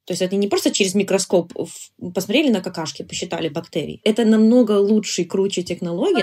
То есть это не просто через микроскоп посмотрели на какашки, посчитали бактерий. Это намного лучше и круче технология.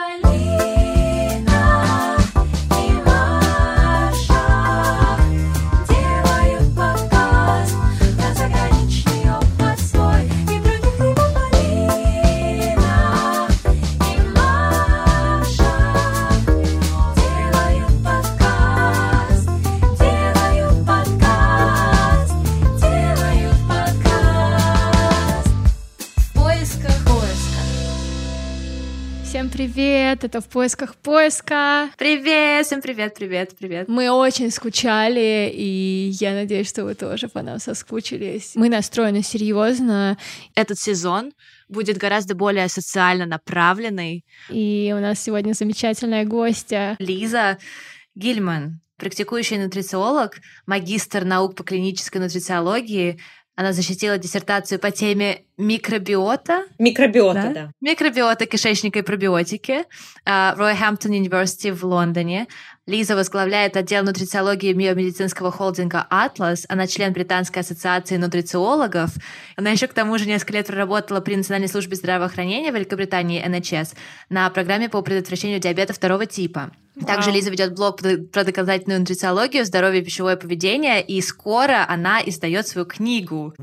Всем привет! Это «В поисках поиска». Привет! Всем привет! Мы очень скучали, и я надеюсь, что вы тоже по нам соскучились. Мы настроены серьезно. Этот сезон будет гораздо более социально направленный. И у нас сегодня замечательная гостья. Лиза Гильман, практикующий нутрициолог, магистр наук по клинической нутрициологии. Она защитила диссертацию по теме микробиота. Микробиота, да. Микробиота кишечника и пробиотики в Roehampton University в Лондоне. Лиза возглавляет отдел нутрициологии биомедицинского холдинга «Атлас». Она член Британской ассоциации нутрициологов. Она еще к тому же несколько лет проработала при Национальной службе здравоохранения Великобритании NHS на программе по предотвращению диабета второго типа. Также Лиза ведет блог про доказательную нутрициологию, здоровье и пищевое поведение, и скоро она издает свою книгу.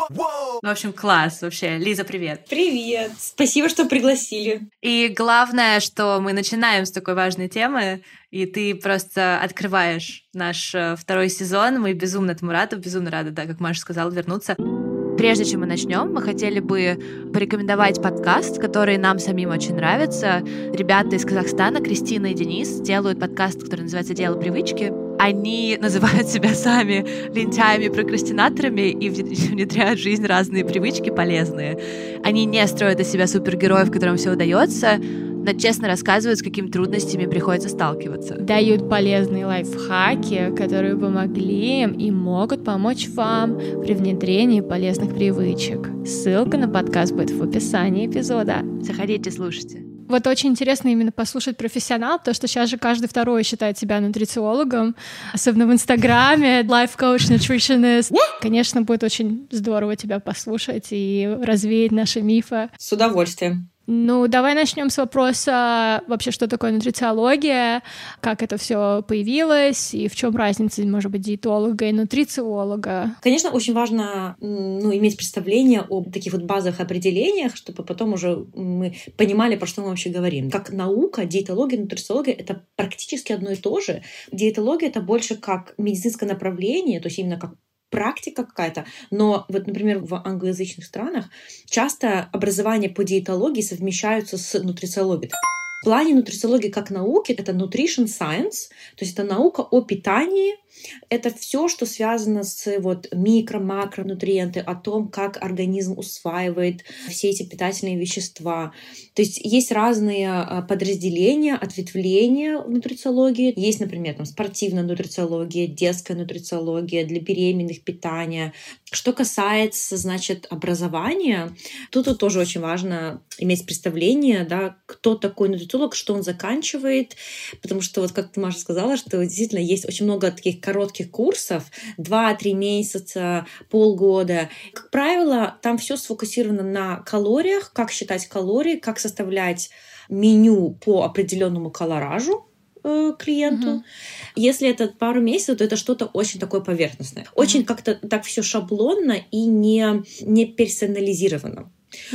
В общем, класс вообще. Лиза, привет. Привет. Спасибо, что пригласили. И главное, что мы начинаем с такой важной темы, и ты просто открываешь наш второй сезон. Мы безумно этому рады, да, как Маша сказала, вернуться. Прежде чем мы начнем, мы хотели бы порекомендовать подкаст, который нам самим очень нравится. Ребята из Казахстана, Кристина и Денис, делают подкаст, который называется «Дело привычки». Они называют себя сами лентяями, прокрастинаторами и внедряют в жизнь разные привычки полезные. Они не строят из себя супергероев, которым все удается, но честно рассказывают, с какими трудностями приходится сталкиваться. Дают полезные лайфхаки, которые помогли им и могут помочь вам при внедрении полезных привычек. Ссылка на подкаст будет в описании эпизода. Заходите, слушайте. Вот очень интересно именно послушать профессионал, потому что сейчас же каждый второй считает себя нутрициологом, особенно в Инстаграме, life coach, nutritionist. Конечно, будет очень здорово тебя послушать и развеять наши мифы. С удовольствием. Ну, давай начнем с вопроса вообще, что такое нутрициология, как это все появилось и в чем разница, может быть, диетолога и нутрициолога. Конечно, очень важно иметь представление об таких вот базовых определениях, чтобы потом уже мы понимали, про что мы вообще говорим. Как наука, диетология, нутрициология — это практически одно и то же. Диетология — это больше как медицинское направление, то есть именно как практика какая-то, но вот, например, в англоязычных странах часто образование по диетологии совмещаются с нутрициологией. В плане нутрициологии как науки это nutrition science, то есть это наука о питании, это все, что связано с микро-макронутриенты, о том, как организм усваивает все эти питательные вещества. То есть есть разные подразделения, ответвления в нутрициологии. Есть, например, спортивная нутрициология, детская нутрициология, для беременных питания. Что касается, образования, тут тоже очень важно иметь представление, да, кто такой нутрициолог, что он заканчивает, потому что, как ты, Маша, сказала, что действительно есть очень много таких коротких курсов, 2-3 месяца, полгода. Как правило, там все сфокусировано на калориях, как считать калории, как составлять меню по определенному колоражу клиенту. Если это пару месяцев, то это что-то очень такое поверхностное. Очень как-то так все шаблонно и не персонализировано.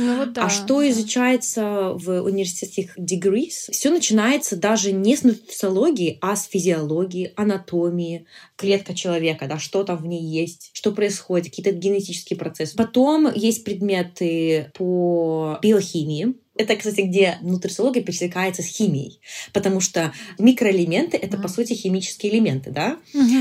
А что изучается в университетских degrees? Все начинается даже не с нутрициологии, а с физиологии, анатомии, клетка человека, да, что там в ней есть, что происходит, какие-то генетические процессы. Потом есть предметы по биохимии. Это, кстати, где нутрициология пересекается с химией, потому что микроэлементы — это, по сути, химические элементы, да?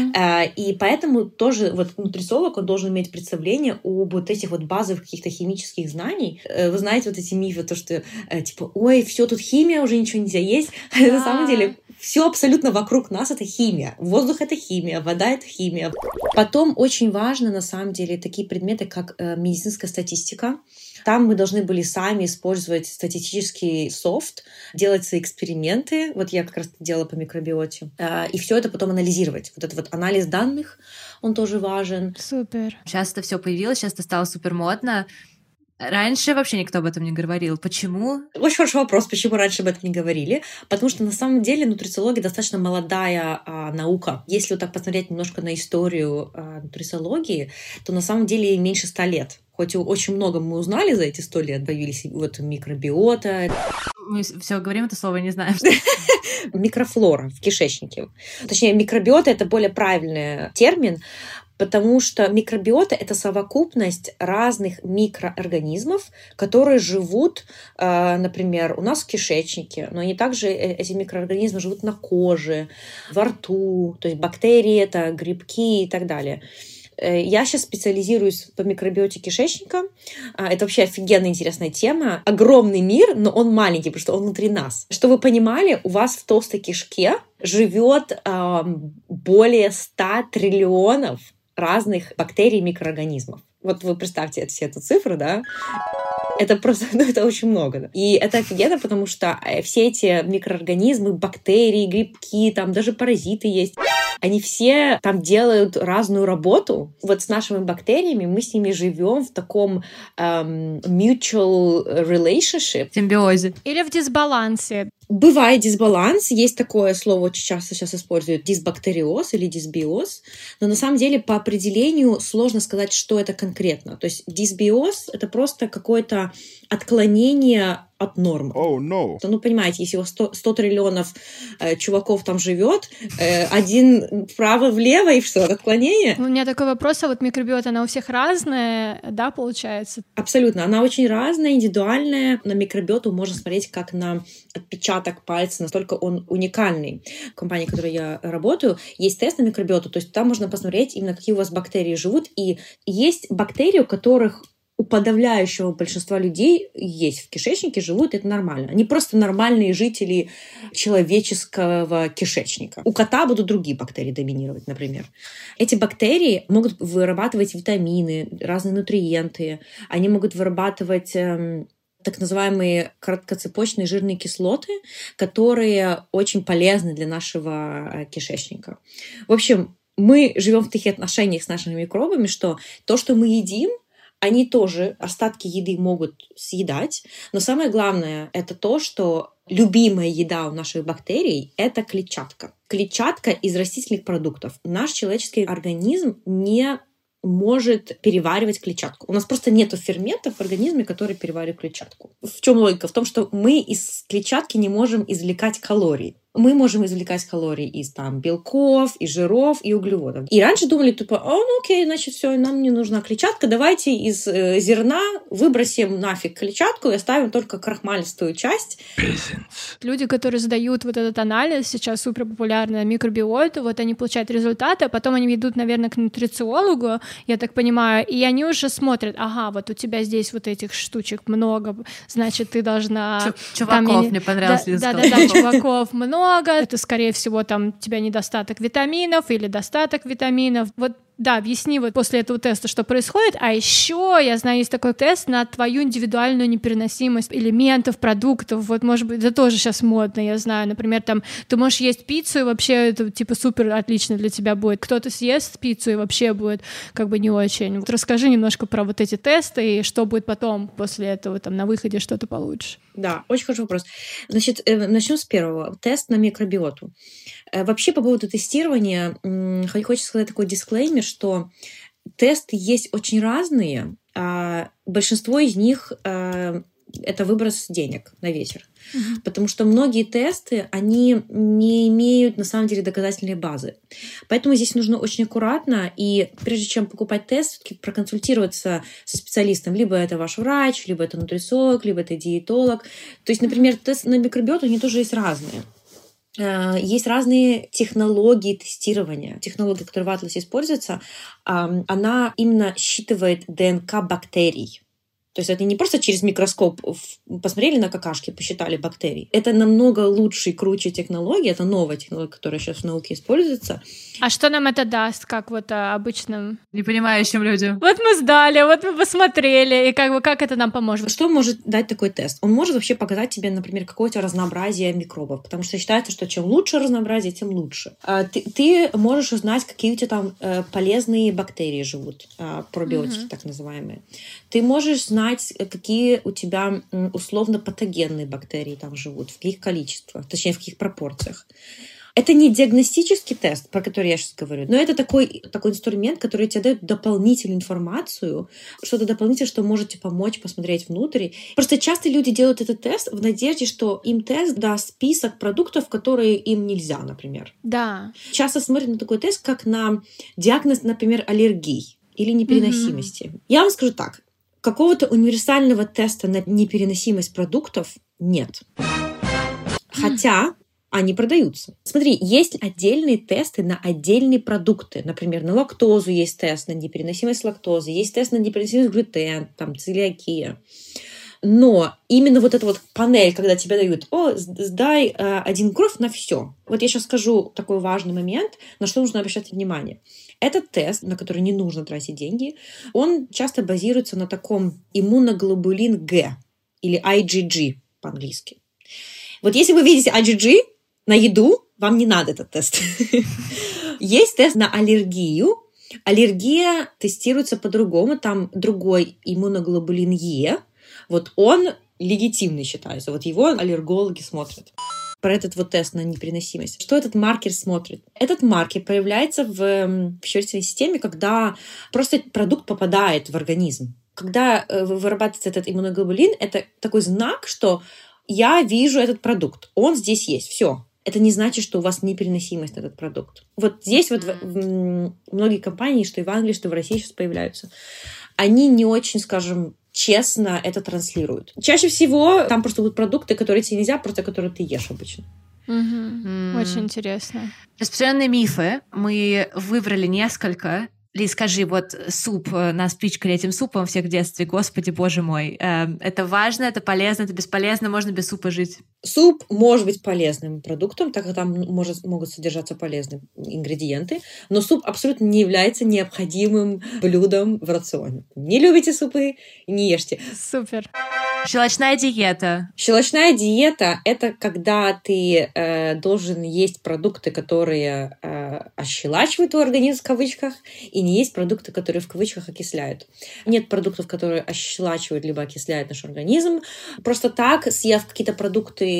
И поэтому тоже нутрициолог, он должен иметь представление об этих базовых каких-то химических знаний. Вы знаете эти мифы, то, что ой, все тут химия, уже ничего нельзя есть. На самом деле все абсолютно вокруг нас — это химия. Воздух — это химия, вода — это химия. Потом очень важно, на самом деле, такие предметы, как медицинская статистика. Там мы должны были сами использовать статистический софт, делать свои эксперименты. Вот я как раз делала по микробиоте. И все это потом анализировать. Вот этот анализ данных, он тоже важен. Супер. Сейчас это все появилось, сейчас это стало супер модно. Раньше вообще никто об этом не говорил. Почему? Очень хороший вопрос, почему раньше об этом не говорили. Потому что на самом деле нутрициология достаточно молодая наука. Если вот так посмотреть немножко на историю нутрициологии, то на самом деле меньше 100 лет. Хоть очень много мы узнали за эти 100 лет, появились вот микробиота. Мы все говорим это слово, не знаем. Микрофлора в кишечнике. Точнее, микробиота — это более правильный термин, потому что микробиота — это совокупность разных микроорганизмов, которые живут, например, у нас в кишечнике, но они также, эти микроорганизмы живут на коже, во рту, то есть бактерии, это грибки и так далее. Я сейчас специализируюсь по микробиоте кишечника. Это вообще офигенно интересная тема. Огромный мир, но он маленький, потому что он внутри нас. Чтобы вы понимали, у вас в толстой кишке живет более 100 триллионов разных бактерий и микроорганизмов. Вот вы представьте себе эту цифру, да? Это просто, это очень много. Да? И это офигенно, потому что все эти микроорганизмы, бактерии, грибки, там даже паразиты есть, они все там делают разную работу. Вот с нашими бактериями мы с ними живем в таком mutual relationship. Симбиозе. Или в дисбалансе. Бывает дисбаланс, есть такое слово, очень часто сейчас используют, дисбактериоз или дисбиоз, но на самом деле по определению сложно сказать, что это конкретно. То есть дисбиоз — это просто какое-то отклонение от нормы. Oh, no. Ну, понимаете, если у вас 100 триллионов чуваков там живет, один вправо-влево, и что, отклонение? У меня такой вопрос, а вот микробиота, она у всех разная, да, получается? Абсолютно. Она очень разная, индивидуальная. На микробиоту можно смотреть как на отпечаток пальца, настолько он уникальный. В компании, в которой я работаю, есть тест на микробиоту, то есть там можно посмотреть именно, какие у вас бактерии живут, и есть бактерии, у которых у подавляющего большинства людей есть в кишечнике, живут, это нормально. Они просто нормальные жители человеческого кишечника. У кота будут другие бактерии доминировать, например. Эти бактерии могут вырабатывать витамины, разные нутриенты. Они могут вырабатывать так называемые короткоцепочные жирные кислоты, которые очень полезны для нашего кишечника. В общем, мы живем в таких отношениях с нашими микробами, что то, что мы едим, они тоже остатки еды могут съедать. Но самое главное — это то, что любимая еда у наших бактерий — это клетчатка. Клетчатка из растительных продуктов. Наш человеческий организм не может переваривать клетчатку. У нас просто нет ферментов в организме, которые переваривают клетчатку. В чем логика? В том, что мы из клетчатки не можем извлекать калории. Мы можем извлекать калории из белков, из жиров и углеводов. И раньше думали, окей, значит, все, нам не нужна клетчатка, давайте из зерна выбросим нафиг клетчатку и оставим только крахмалистую часть. Люди, которые сдают вот этот анализ, сейчас супер популярная микробиота, вот они получают результаты, а потом они идут, наверное, к нутрициологу, я так понимаю, и они уже смотрят, ага, вот у тебя здесь вот этих штучек много, значит, ты должна... Чуваков, мне понравилось. Да, чуваков много, это, скорее всего, там у тебя недостаток витаминов или достаток витаминов. Вот да, объясни вот после этого теста, что происходит. А еще, я знаю, есть такой тест на твою индивидуальную непереносимость элементов, продуктов. Вот, может быть, это тоже сейчас модно, я знаю. Например, там, ты можешь есть пиццу, и вообще это, типа, супер отлично для тебя будет. Кто-то съест пиццу, и вообще будет как бы не очень. Вот расскажи немножко про вот эти тесты, и что будет потом после этого, там, на выходе, что ты получишь. Да, очень хороший вопрос. Значит, начнем с первого. Тест на микробиоту. Вообще, по поводу тестирования, хочется сказать такой дисклеймер, что тесты есть очень разные, а большинство из них это выброс денег на ветер. Потому что многие тесты, они не имеют на самом деле доказательной базы. Поэтому здесь нужно очень аккуратно, и прежде чем покупать тест, все-таки проконсультироваться со специалистом. Либо это ваш врач, либо это нутрициолог, либо это диетолог. То есть, например, тест на микробиоту, они тоже есть разные. Есть разные технологии тестирования. Технология, которая в Атласе используется, она именно считывает ДНК бактерий. То есть это не просто через микроскоп посмотрели на какашки, посчитали бактерий. Это намного лучше и круче технология. Это новая технология, которая сейчас в науке используется. А что нам это даст, как вот обычным... непонимающим людям? Вот мы сдали, вот мы посмотрели, и как это нам поможет? Что может дать такой тест? Он может вообще показать тебе, например, какое-то разнообразие микробов, потому что считается, что чем лучше разнообразие, тем лучше. Ты можешь узнать, какие у тебя там полезные бактерии живут, пробиотики так называемые. Ты можешь знать, какие у тебя условно патогенные бактерии там живут, в каких количествах, точнее, в каких пропорциях. Это не диагностический тест, про который я сейчас говорю, но это такой инструмент, который тебе дает дополнительную информацию, что-то дополнительное, что может тебе помочь посмотреть внутрь. Просто часто люди делают этот тест в надежде, что им тест даст список продуктов, которые им нельзя, например. Да. Часто смотрят на такой тест, как на диагноз, например, аллергий или непереносимости. Я вам скажу так. Какого-то универсального теста на непереносимость продуктов нет. Хотя они продаются. Смотри, есть отдельные тесты на отдельные продукты. Например, на лактозу есть тест на непереносимость лактозы, есть тест на непереносимость глютена, там, целиакия. Но именно вот эта вот панель, когда тебе дают, сдай 1 кровь на все. Вот я сейчас скажу такой важный момент, на что нужно обращать внимание. Этот тест, на который не нужно тратить деньги, он часто базируется на таком иммуноглобулин Г или IgG по-английски. Вот если вы видите IgG на еду, вам не надо этот тест. Есть тест на аллергию. Аллергия тестируется по-другому, там другой иммуноглобулин Е. Вот он легитимный считается, вот его аллергологи смотрят. Про этот вот тест на непереносимость. Что этот маркер смотрит? Этот маркер появляется в пищеварительной системе, когда просто продукт попадает в организм. Когда вырабатывается этот иммуноглобулин, это такой знак, что я вижу этот продукт, он здесь есть, все. Это не значит, что у вас непереносимость на этот продукт. Вот здесь вот многие компании, что и в Англии, что в России сейчас появляются, они не очень, скажем, честно это транслируют. Чаще всего там просто будут продукты, которые тебе нельзя, просто которые ты ешь обычно. Очень интересно. Распространенные мифы. Мы выбрали несколько. Лиз, скажи, вот суп, нас пичкали этим супом всех в детстве, господи, боже мой. Это важно, это полезно, это бесполезно, можно без супа жить? Суп может быть полезным продуктом, так как там могут содержаться полезные ингредиенты, но суп абсолютно не является необходимым блюдом в рационе. Не любите супы, не ешьте. Супер. Щелочная диета. Щелочная диета — это когда ты должен есть продукты, которые ощелачивают твой организм в кавычках, и не есть продукты, которые в кавычках окисляют. Нет продуктов, которые ощелачивают либо окисляют наш организм. Просто так, съев какие-то продукты,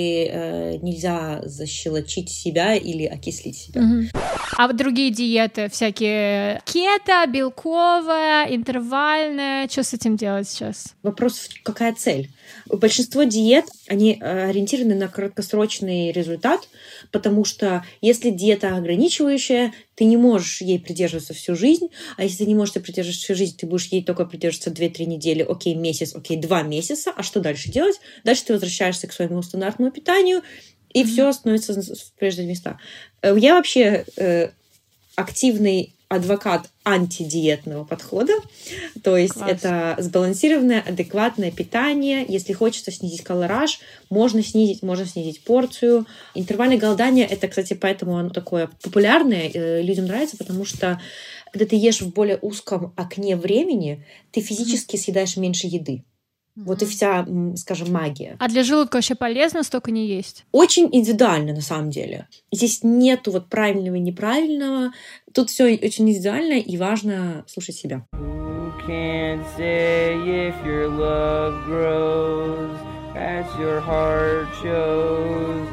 нельзя защелочить себя или окислить себя. А вот другие диеты всякие кето, белковая, интервальная, что с этим делать сейчас? Вопрос, какая цель? Большинство диет, они ориентированы на краткосрочный результат, потому что если диета ограничивающая, ты не можешь ей придерживаться всю жизнь, а если ты не можешь придерживаться всю жизнь, ты будешь ей только придерживаться 2-3 недели, окей, месяц, окей, 2 месяца, а что дальше делать? Дальше ты возвращаешься к своему стандартному питанию, и все становится в прежние места. Я вообще активный адвокат антидиетного подхода, то есть это сбалансированное, адекватное питание. Если хочется снизить колораж, можно снизить порцию. Интервальное голодание — это, кстати, поэтому оно такое популярное, людям нравится, потому что когда ты ешь в более узком окне времени, ты физически съедаешь меньше еды. Вот и вся, скажем, магия. А для желудка вообще полезно столько не есть? Очень индивидуально, на самом деле. Здесь нету вот правильного и неправильного. Тут все очень индивидуально, и важно слушать себя. Who can say if your love grows as your heart shows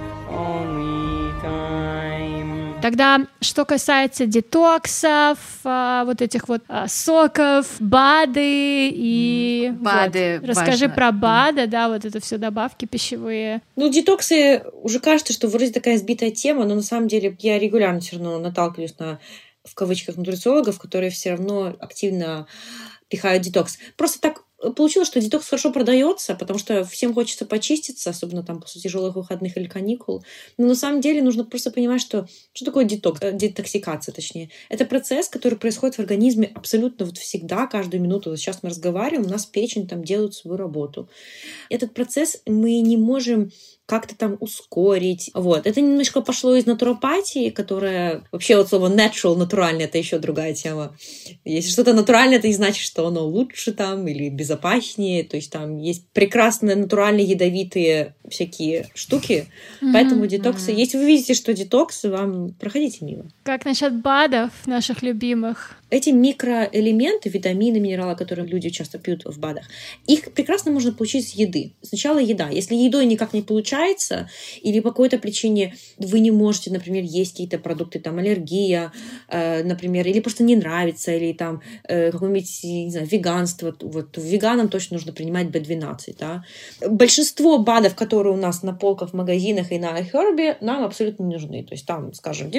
only time. Тогда, что касается детоксов, вот этих вот соков, БАДы и... БАДы, вот. Расскажи про БАДы, да, вот это все добавки пищевые. Ну, детоксы, уже кажется, что вроде такая сбитая тема, но на самом деле я регулярно все равно наталкиваюсь на, в кавычках, нутрициологов, которые все равно активно пихают детокс. Просто так получилось, что детокс хорошо продается, потому что всем хочется почиститься, особенно там после тяжелых выходных или каникул. Но на самом деле нужно просто понимать, что такое детокс, детоксикация, точнее. Это процесс, который происходит в организме абсолютно вот всегда, каждую минуту. Вот сейчас мы разговариваем, у нас печень там делает свою работу. Этот процесс мы не можем как-то там ускорить. Вот. Это немножко пошло из натуропатии, которая... Вообще вот слово natural, натуральное, это еще другая тема. Если что-то натуральное, это не значит, что оно лучше там или безопаснее. То есть там есть прекрасные натуральные ядовитые всякие штуки. Поэтому детоксы... Если вы видите, что детокс, вам проходите мимо. Как насчет БАДов наших любимых? Эти микроэлементы, витамины, минералы, которые люди часто пьют в БАДах, их прекрасно можно получить с еды. Сначала еда. Если едой никак не получается, или по какой-то причине вы не можете, например, есть какие-то продукты, там, аллергия, например, или просто не нравится, или там какое-нибудь, не знаю, веганство. Вот веганам точно нужно принимать B12. Да? Большинство БАДов, которые у нас на полках в магазинах и на iHerb, нам абсолютно не нужны. То есть там, скажем,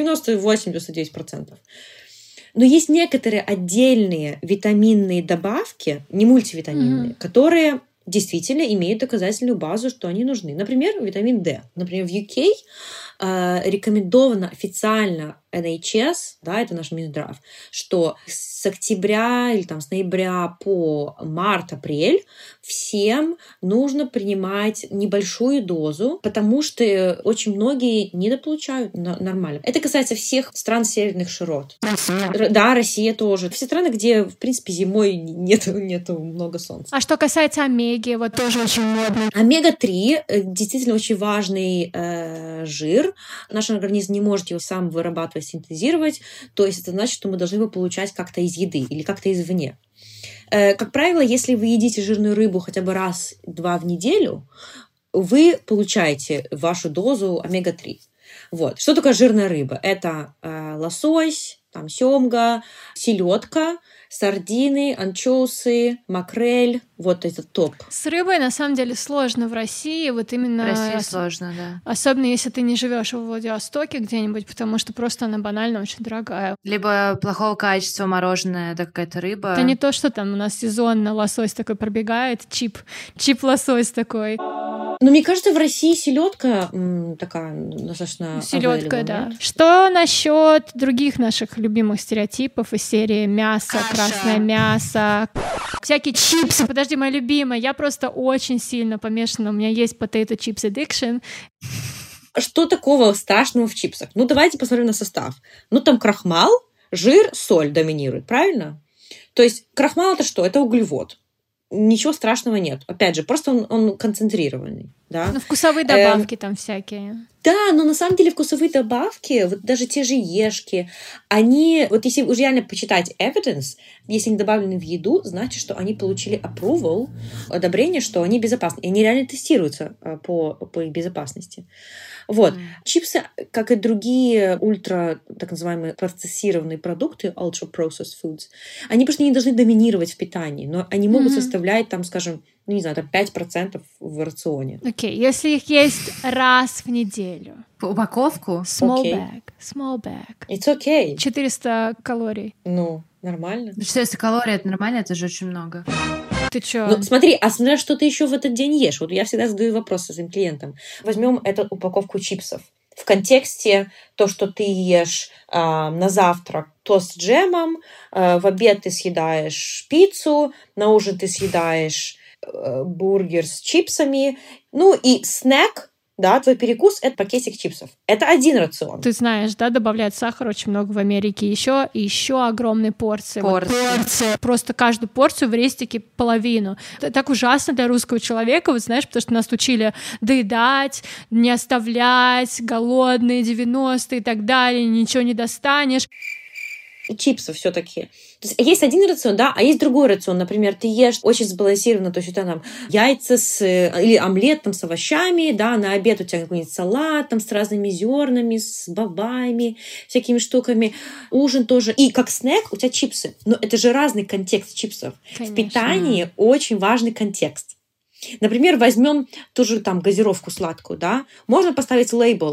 98-99%. Но есть некоторые отдельные витаминные добавки, не мультивитаминные, которые действительно имеют доказательную базу, что они нужны. Например, витамин D. Например, в UK рекомендовано официально NHS, да, это наш Минздрав, что с октября или там, с ноября по март-апрель всем нужно принимать небольшую дозу, потому что очень многие недополучают нормально. Это касается всех стран северных широт. Да, Россия тоже. Все страны, где, в принципе, зимой нету много солнца. А что касается омеги, вот тоже очень модно. Омега-3 действительно очень важный жир. Наш организм не может его сам вырабатывать, синтезировать. То есть это значит, что мы должны его получать как-то из еды или как-то извне. Как правило, если вы едите жирную рыбу хотя бы раз-два в неделю, вы получаете вашу дозу омега-3. Вот. Что такое жирная рыба? Это лосось, там, сёмга, селедка, сардины, анчоусы, макрель. Вот этот топ. С рыбой, на самом деле, сложно в России. Вот именно... В России сложно, да. Особенно, если ты не живешь в Владивостоке где-нибудь, потому что просто она банально очень дорогая. Либо плохого качества мороженое, это какая-то рыба. Это не то, что там у нас сезонно лосось такой пробегает, чип-лосось такой. Но мне кажется, в России селедка такая достаточно селедка, да. Что насчет других наших любимых стереотипов из серии мясо, красное мясо, всякие чипсы? Подожди, моя любимая, я просто очень сильно помешана. У меня есть potato chips addiction. Что такого страшного в чипсах? Ну, давайте посмотрим на состав. Ну, там крахмал, жир, соль доминирует, правильно? То есть крахмал — это что? Это углевод. Ничего страшного нет. Опять же, просто он концентрированный. Да? Ну, вкусовые добавки там всякие. Да, но на самом деле вкусовые добавки, вот даже те же ешки, они, вот если уже реально почитать evidence, если они добавлены в еду, значит, что они получили approval, одобрение, что они безопасны. И они реально тестируются по их безопасности. Вот. Чипсы, как и другие ультра, так называемые, процессированные продукты, ultra-processed foods, они просто не должны доминировать в питании, но они могут составлять, там, скажем, ну, не знаю, там 5% в рационе. Окей, если их есть раз в неделю. По упаковку? Small bag. It's okay. 400 калорий. Ну, нормально. 400 калорий — это нормально, это же очень много. Ты чё? Ну, смотри, а смотря что ты еще в этот день ешь. Вот я всегда задаю вопрос своим клиентам. Возьмем эту упаковку чипсов. В контексте то, что ты ешь на завтрак тост с джемом, в обед ты съедаешь пиццу, на ужин ты съедаешь бургер с чипсами, ну и снэк, да, твой перекус — это пакетик чипсов. Это один рацион. Ты знаешь, да, добавляют сахар очень много в Америке. Еще огромные порции. Порции. Просто каждую порцию в рестике половину. Это так ужасно для русского человека, вот знаешь, потому что нас учили доедать, не оставлять, голодные 90-е и так далее, ничего не достанешь. Чипсов все-таки. Есть один рацион, да, а есть другой рацион. Например, ты ешь очень сбалансированно, то есть у тебя там яйца или омлет там с овощами, да, на обед у тебя какой-нибудь салат там с разными зернами, с бобами, всякими штуками. Ужин тоже. И как снэк у тебя чипсы. Но это же разный контекст чипсов. Конечно. В питании очень важный контекст. Например, возьмем ту же там газировку сладкую, да, можно поставить лейбл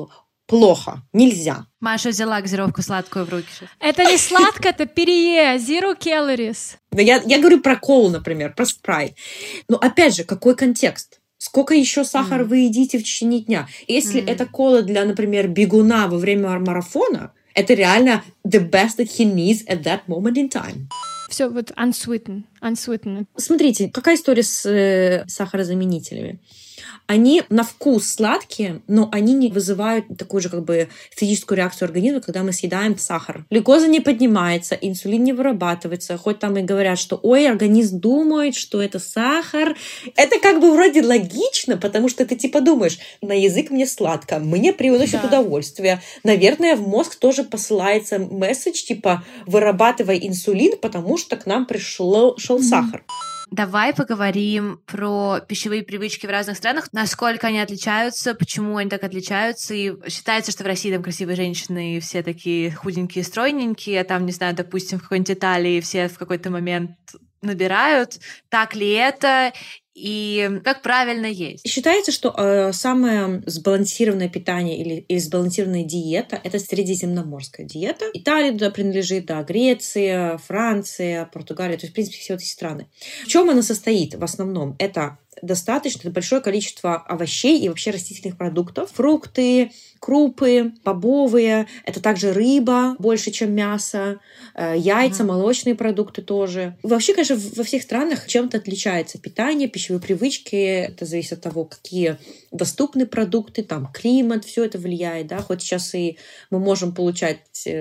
плохо, нельзя. Маша взяла газировку сладкую в руки сейчас. Это не сладко, это перье, zero calories. Но я говорю про колу, например, про спрайт. Но опять же, какой контекст? Сколько еще сахара вы едите в течение дня? Если это кола для, например, бегуна во время марафона, это реально the best that he needs at that moment in time. Все вот unsweetened. Смотрите, какая история с сахарозаменителями? Они на вкус сладкие, но они не вызывают такую же как бы физическую реакцию организма, когда мы съедаем сахар. Глюкоза не поднимается, инсулин не вырабатывается, хоть там и говорят, что ой, организм думает, что это сахар. Это как бы вроде логично, потому что ты типа думаешь, на язык мне сладко, мне приносит удовольствие. Наверное, в мозг тоже посылается месседж, типа вырабатывай инсулин, потому что к нам шел сахар. Давай поговорим про пищевые привычки в разных странах, насколько они отличаются, почему они так отличаются. И считается, что в России там красивые женщины, все такие худенькие, стройненькие, а там, не знаю, допустим, в какой-нибудь Италии все в какой-то момент набирают. Так ли это? И как правильно есть? Считается, что самое сбалансированное питание или сбалансированная диета — это средиземноморская диета. Италия туда принадлежит, да, Греция, Франция, Португалия, то есть, в принципе, все эти страны. В чем она состоит в основном? Это достаточно большое количество овощей и вообще растительных продуктов, фрукты, крупы, бобовые, это также рыба больше, чем мясо, яйца, молочные продукты тоже. Вообще, конечно, во всех странах чем-то отличается питание, пищевые привычки, это зависит от того, какие доступны продукты, там климат, все это влияет, да, хоть сейчас и мы можем получать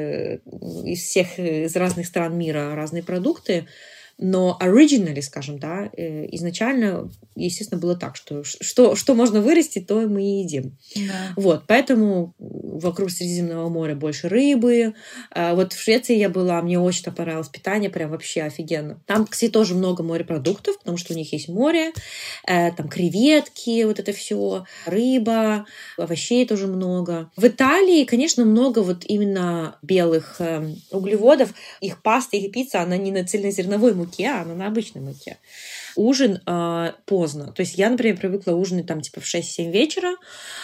из разных стран мира разные продукты, но originally, скажем, да, изначально, естественно, было так, что можно вырастить, то мы и едим. Да. Вот, поэтому вокруг Средиземного моря больше рыбы. Вот в Швеции я была, мне очень понравилось питание, прям вообще офигенно. Там, кстати, тоже много морепродуктов, потому что у них есть море, там креветки, вот это все, рыба, овощей тоже много. В Италии, конечно, много вот именно белых углеводов. Их паста, их пицца, она не на цельнозерновой муке, а она на обычной муке. Ужин поздно. То есть я, например, привыкла ужинать там типа в 6-7 вечера.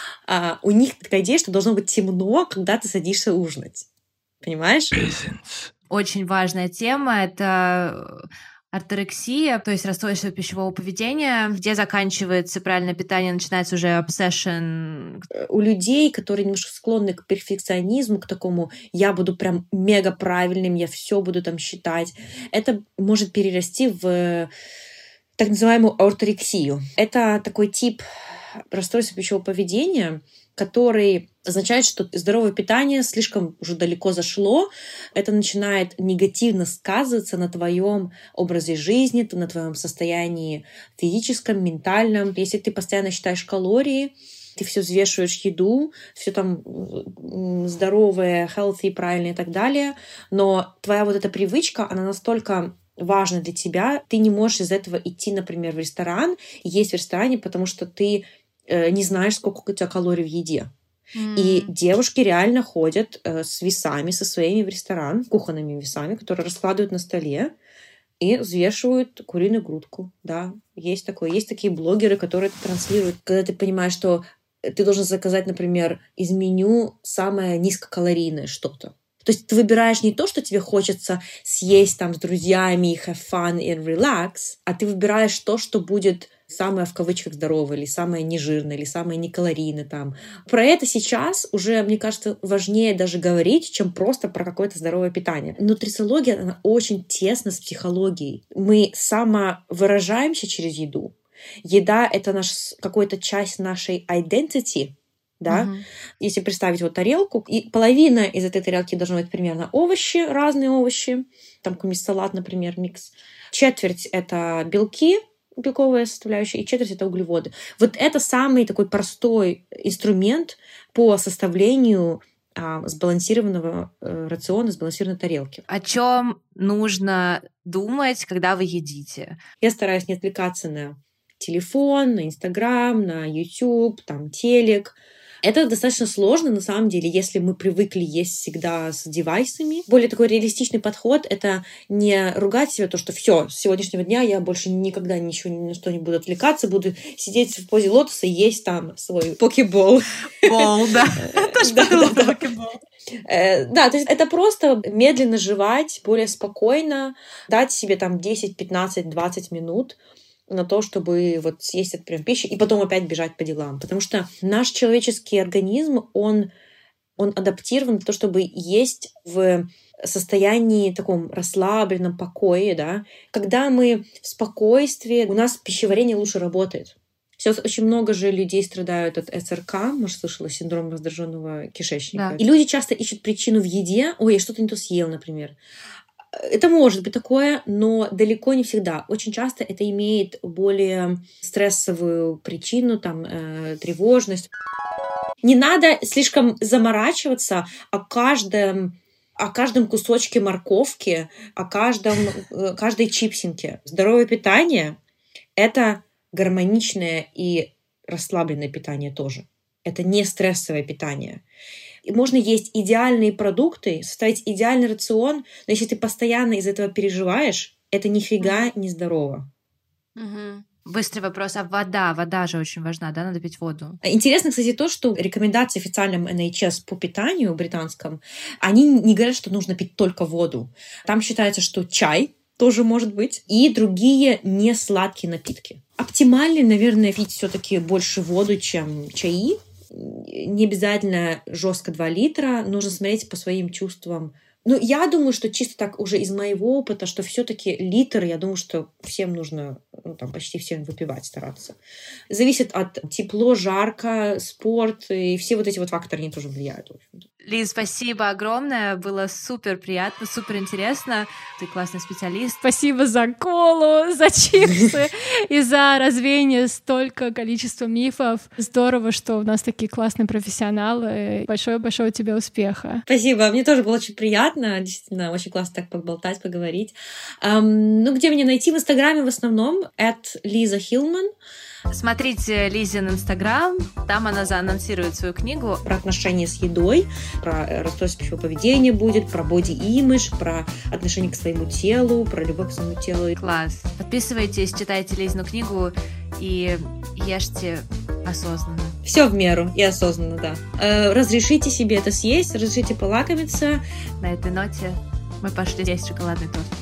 У них такая идея, что должно быть темно, когда ты садишься ужинать. Понимаешь? Очень важная тема — это орторексия, то есть расстройство пищевого поведения, где заканчивается правильное питание, начинается уже obsession. У людей, которые немножко склонны к перфекционизму, к такому «я буду прям мега правильным, я все буду там считать», это может перерасти в так называемую орторексию. Это такой тип расстройства пищевого поведения, который означает, что здоровое питание слишком уже далеко зашло. Это начинает негативно сказываться на твоем образе жизни, на твоем состоянии физическом, ментальном. Если ты постоянно считаешь калории, ты все взвешиваешь еду, все там здоровое, healthy, правильное и так далее, но твоя вот эта привычка, она настолько важна для тебя, ты не можешь из этого идти, например, в ресторан, есть в ресторане, потому что ты не знаешь, сколько у тебя калорий в еде. И девушки реально ходят с весами, со своими в ресторан, кухонными весами, которые раскладывают на столе и взвешивают куриную грудку. Да, есть такое. Есть такие блогеры, которые это транслируют. Когда ты понимаешь, что ты должен заказать, например, из меню самое низкокалорийное что-то. То есть ты выбираешь не то, что тебе хочется съесть там с друзьями, have fun and relax, а ты выбираешь то, что будет самое в кавычках здоровое, или самое нежирное, или самое некалорийное там. Про это сейчас уже, мне кажется, важнее даже говорить, чем просто про какое-то здоровое питание. Нутрициология, она очень тесно с психологией. Мы самовыражаемся через еду. Еда — это какая-то часть нашей identity, да? Если представить вот тарелку, и половина из этой тарелки должна быть примерно овощи, разные овощи, там какой-нибудь салат, например, микс. Четверть — это белки, белковая составляющая, и четверть — это углеводы. Вот это самый такой простой инструмент по составлению сбалансированного рациона, сбалансированной тарелки. О чем нужно думать, когда вы едите? Я стараюсь не отвлекаться на телефон, на Инстаграм, на YouTube, там телек. Это достаточно сложно, на самом деле, если мы привыкли есть всегда с девайсами. Более такой реалистичный подход — это не ругать себя, то, что все, с сегодняшнего дня я больше никогда ничего ни на что не буду отвлекаться, буду сидеть в позе лотоса и есть там свой покебол. Бол, да. Тоже подумала про покебол. Да, то есть это просто медленно жевать, более спокойно, дать себе там 10, 15, 20 минут на то, чтобы вот съесть этот прием пищи и потом опять бежать по делам. Потому что наш человеческий организм, он адаптирован для того, чтобы есть в состоянии таком расслабленном покое, да. Когда мы в спокойствии, у нас пищеварение лучше работает. Сейчас очень много же людей страдают от СРК, может, слышала, синдром раздраженного кишечника. Да. И люди часто ищут причину в еде. Ой, я что-то не то съел, например. Это может быть такое, но далеко не всегда. Очень часто это имеет более стрессовую причину, там, тревожность. Не надо слишком заморачиваться о каждом кусочке морковки, о каждой чипсинке. Здоровое питание — это гармоничное и расслабленное питание тоже. Это не стрессовое питание. И можно есть идеальные продукты, составить идеальный рацион, но если ты постоянно из этого переживаешь, это нифига не здорово. Быстрый вопрос. А вода же очень важна, да? Надо пить воду. Интересно, кстати, то, что рекомендации официальном NHS по питанию британском, они не говорят, что нужно пить только воду. Там считается, что чай тоже может быть, и другие несладкие напитки. Оптимально, наверное, пить все-таки больше воду, чем чаи. Не обязательно жестко 2 литра. Нужно смотреть по своим чувствам. Ну, я думаю, что чисто так уже из моего опыта, что все-таки литр, я думаю, что всем нужно, почти всем выпивать, стараться. Зависит от тепло, жарко, спорт, и все вот эти вот факторы, они тоже влияют, в общем-то. Лиз, спасибо огромное, было супер приятно, супер интересно, ты классный специалист. Спасибо за колу, за чипсы и за развеяние столько количества мифов. Здорово, что у нас такие классные профессионалы. Большое-большое тебе успеха. Спасибо, мне тоже было очень приятно, действительно, очень классно так поболтать, поговорить. Где меня найти? В Инстаграме в основном @LizaHillman. Смотрите Лизин Инстаграм, там она заанонсирует свою книгу. Про отношения с едой, про расстройство пищевого поведения будет, про боди-имидж, про отношение к своему телу, про любовь к своему телу. Класс. Подписывайтесь, читайте Лизину книгу и ешьте осознанно. Все в меру и осознанно, да. Разрешите себе это съесть, разрешите полакомиться. На этой ноте мы пошли есть шоколадный торт.